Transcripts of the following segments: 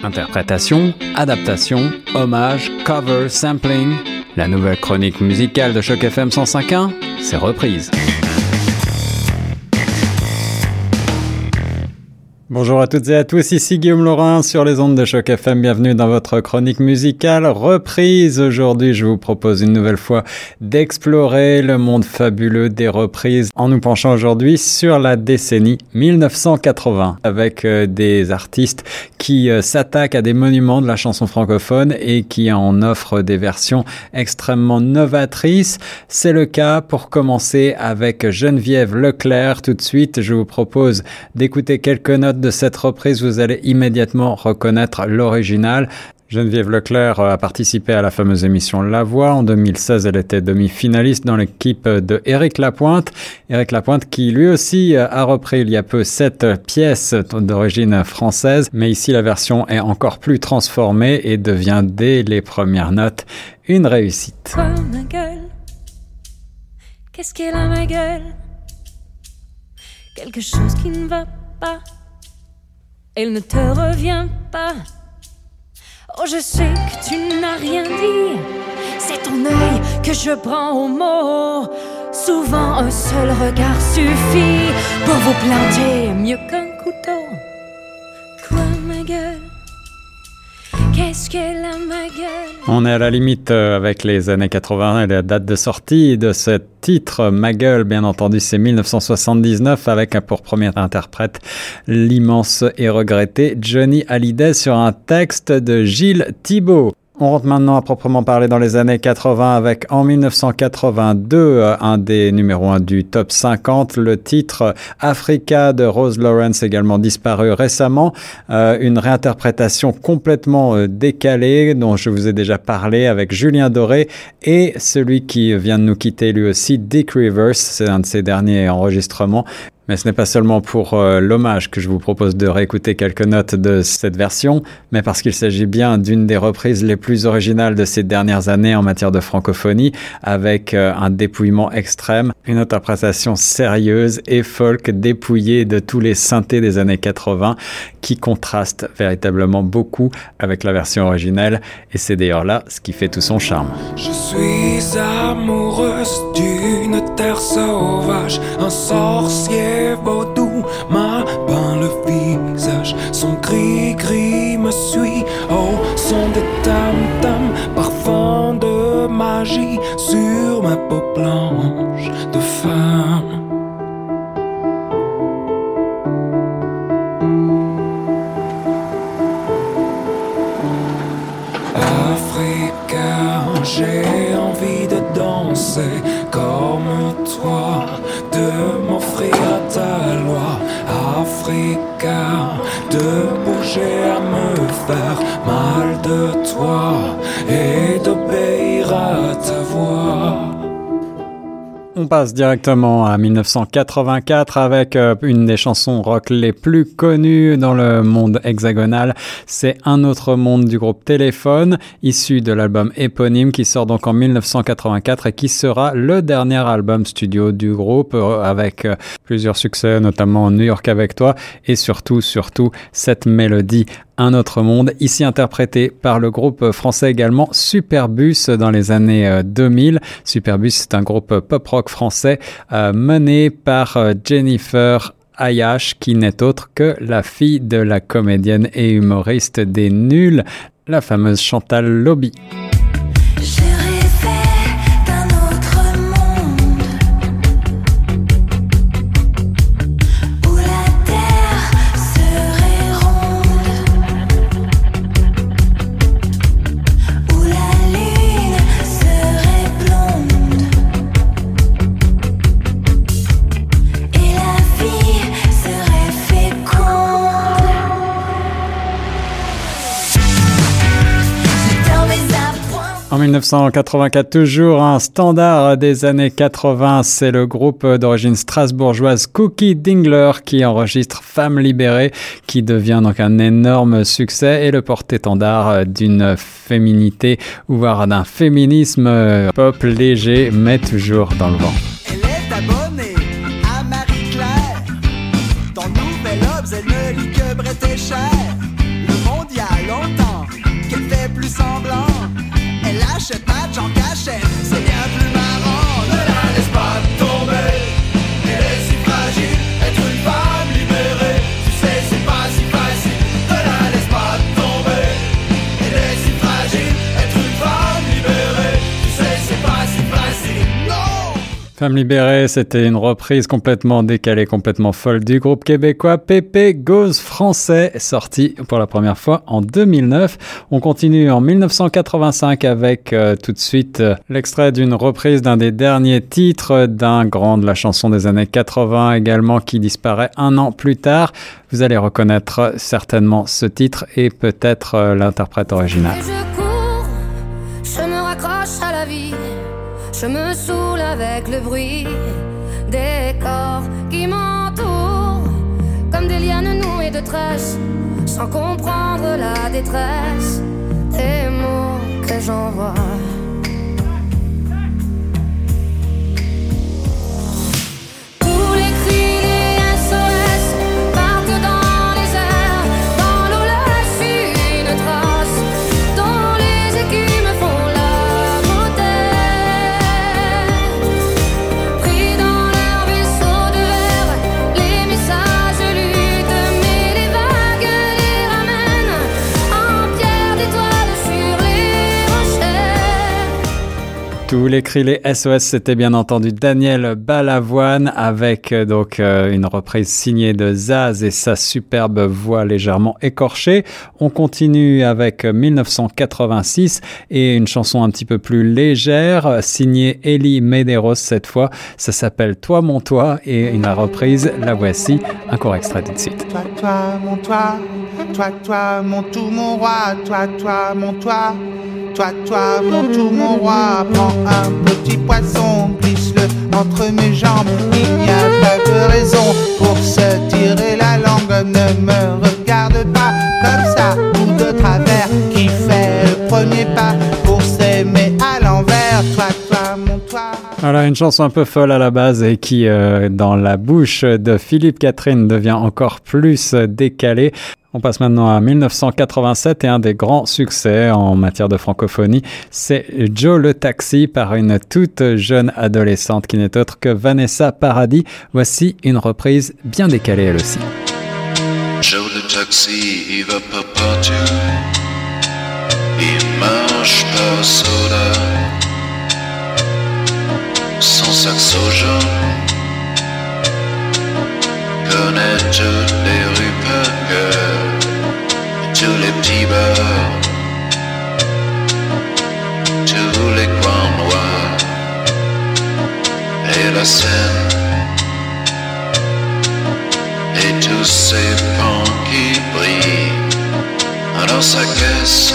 Interprétation, adaptation, hommage, cover, sampling. La nouvelle chronique musicale de Choc FM 105.1, c'est Reprise. Bonjour à toutes et à tous, ici Guillaume Laurin sur les ondes de Choc FM. Bienvenue dans votre chronique musicale Reprise. Aujourd'hui, je vous propose une nouvelle fois d'explorer le monde fabuleux des reprises en nous penchant aujourd'hui sur la décennie 1980 avec des artistes qui s'attaquent à des monuments de la chanson francophone et qui en offrent des versions extrêmement novatrices. C'est le cas pour commencer avec Geneviève Leclerc. Tout de suite, je vous propose d'écouter quelques notes de cette reprise. Vous allez immédiatement reconnaître l'original. Geneviève Leclerc a participé à la fameuse émission La Voix. En 2016, elle était demi-finaliste dans l'équipe de Éric Lapointe. Éric Lapointe qui lui aussi a repris il y a peu cette pièce d'origine française. Mais ici, la version est encore plus transformée et devient dès les premières notes une réussite. Quoi ma gueule? Qu'est-ce qu'elle a ma gueule? Quelque chose qui ne va pas. Elle ne te revient pas. Oh, je sais que tu n'as rien dit. C'est ton œil que je prends au mot. Souvent un seul regard suffit pour vous planter mieux qu'un couteau. Quoi ma gueule? Qu'est-ce qu'elle a ma gueule? On est à la limite avec les années 80 et la date de sortie de ce titre. Ma gueule, bien entendu, c'est 1979 avec pour première interprète l'immense et regretté Johnny Hallyday sur un texte de Gilles Thibault. On rentre maintenant à proprement parler dans les années 80 avec en 1982 un des numéros 1 du top 50, le titre Africa de Rose Lawrence, également disparu récemment, une réinterprétation complètement décalée dont je vous ai déjà parlé avec Julien Doré et celui qui vient de nous quitter lui aussi, Dick Rivers, c'est un de ses derniers enregistrements. Mais ce n'est pas seulement pour l'hommage que je vous propose de réécouter quelques notes de cette version, mais parce qu'il s'agit bien d'une des reprises les plus originales de ces dernières années en matière de francophonie, avec un dépouillement extrême, une interprétation sérieuse et folk dépouillée de tous les synthés des années 80 qui contrastent véritablement beaucoup avec la version originelle, et c'est d'ailleurs là ce qui fait tout son charme. Je suis amoureuse d'une terre sauvage, un sorcier vaudou m'a peint le visage, son gris-gris me suit au son des tam-tams, parfum de magie sur ma peau blanche de femme. Africa, j'ai envie de danser comme toi, de m'offrir à ta loi. Africa, de bouger à me faire mal de toi et d'obéir à ta voix. On passe directement à 1984 avec une des chansons rock les plus connues dans le monde hexagonal. C'est Un autre monde du groupe Téléphone, issu de l'album éponyme qui sort donc en 1984 et qui sera le dernier album studio du groupe avec plusieurs succès, notamment New York avec toi et surtout cette mélodie Un autre monde, ici interprété par le groupe français également Superbus dans les années 2000. Superbus, c'est un groupe pop-rock français mené par Jennifer Ayash, qui n'est autre que la fille de la comédienne et humoriste des Nuls, la fameuse Chantal Lobby. En 1984, toujours un standard des années 80, c'est le groupe d'origine strasbourgeoise Cookie Dingler qui enregistre Femme libérée, qui devient donc un énorme succès et le porte-étendard d'une féminité, ou voire d'un féminisme pop léger, mais toujours dans le vent. Elle est abonnée à Marie-Claire. Ton nouvel obs, elle me lit que Brett est cher. Le mondial, semblant. Elle achète match en cachette, c'est bien plus marrant. Ne la laisse pas tomber, elle est si fragile. Être une femme libérée, tu sais c'est pas si facile. Ne la laisse pas tomber, elle est si fragile. Être une femme libérée, tu sais c'est pas si facile. Non! Femme libérée, c'était une reprise complètement décalée, complètement folle du groupe québécois Pépé Gauze français, sorti pour la première fois en 2009. On continue en 1985 avec tout de suite l'extrait d'une reprise d'un des derniers titres d'un grand de la chanson des années 80 également qui disparaît un an plus tard. Vous allez reconnaître certainement ce titre et peut-être l'interprète original. Et je cours, je me raccroche à la vie. Je me saoule avec le bruit des corps qui m'entourent, comme des lianes nouées de tresses, sans comprendre la détresse des mots que j'envoie. Tous les cris, les SOS partent dans les airs, dans l'eau laisse une trace, dont les écumes font la beauté. Pris dans leur vaisseau de verre, les messages luttent, mais les vagues les ramènent en pierre d'étoiles sur les rochers. Tous les cris, les SOS, c'était bien entendu Daniel Balavoine avec une reprise signée de Zaz et sa superbe voix légèrement écorchée. On continue avec 1986 et une chanson un petit peu plus légère, signée Elie Medeiros cette fois. Ça s'appelle Toi mon toi et une reprise, la voici, un court extrait tout de suite. Toi, toi, mon toi, toi, mon tout, mon roi, toi, mon toi. Toi, mon tout, mon roi, prends un petit poisson, glisse-le entre mes jambes. Il n'y a pas de raison pour se tirer la langue. Ne me regarde pas comme ça ou de travers. Qui fait le premier pas pour s'aimer à l'envers? Toi, mon toi. Voilà, une chanson un peu folle à la base et qui, dans la bouche de Philippe Catherine, devient encore plus décalée. On passe maintenant à 1987 et un des grands succès en matière de francophonie, c'est Joe le Taxi par une toute jeune adolescente qui n'est autre que Vanessa Paradis. Voici une reprise bien décalée elle aussi. Joe le taxi, il va pas partout. Il marche pas au soda. Son saxo jaune connaît toutes les rues par cœur, tous les petits bars, tous les coins noirs et la Seine et tous ces pans qui brillent dans sa caisse.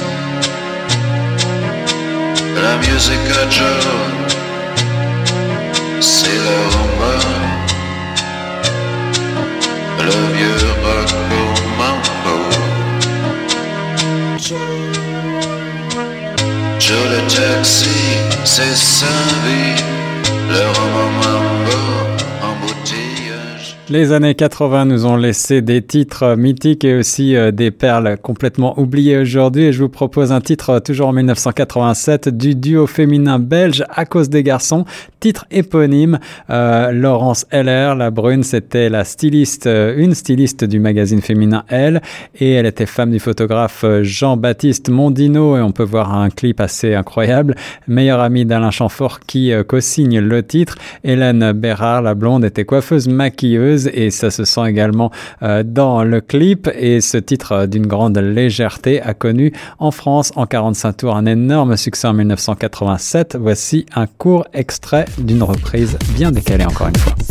La musique à Joe, c'est la rumba. Le vieux rock au mambo. Joe le taxi, c'est sa vie. Le roman mambo en boutillage. Les années 80 nous ont laissé des titres mythiques et aussi des perles complètement oubliées aujourd'hui. Et je vous propose un titre toujours en 1987 du duo féminin belge À cause des garçons. Titre éponyme, Laurence Heller, la brune, c'était la styliste, une styliste du magazine féminin Elle. Et elle était femme du photographe Jean-Baptiste Mondino. Et on peut voir un clip assez incroyable. Meilleure amie d'Alain Chamfort qui co-signe le titre. Hélène Bérard, la blonde, était coiffeuse maquilleuse. Et ça se sent également dans le clip. Et ce titre d'une grande légèreté a connu en France en 45 tours un énorme succès en 1987. Voici un court extrait d'une reprise bien décalée encore une fois.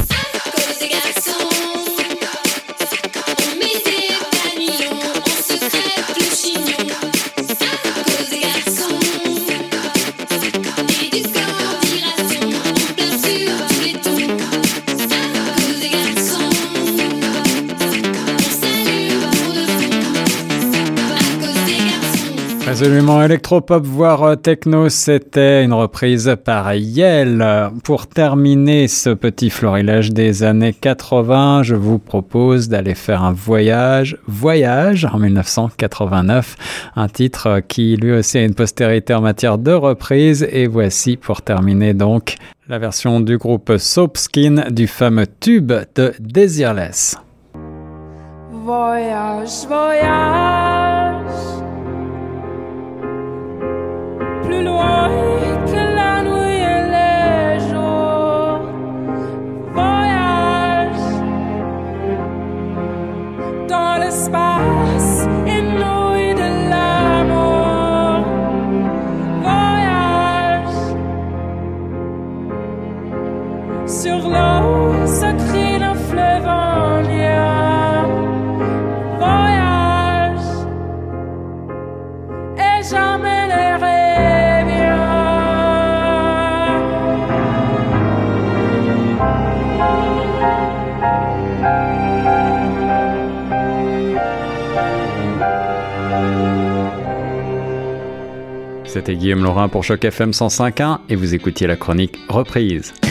Résolument électropop, voire techno, c'était une reprise par Yel. Pour terminer ce petit florilège des années 80, je vous propose d'aller faire un voyage en 1989, un titre qui lui aussi a une postérité en matière de reprise. Et voici pour terminer donc la version du groupe Soapskin du fameux tube de Desireless. Voyage, voyage, plus loin que la nuit et les jours. Voyage dans l'espace inouï de l'amour. Voyage sur l'eau sacrée d'un fleuve indien. Voyage et jamais les rêves. C'était Guillaume Laurin pour Choc FM 105.1 et vous écoutiez la chronique Reprise.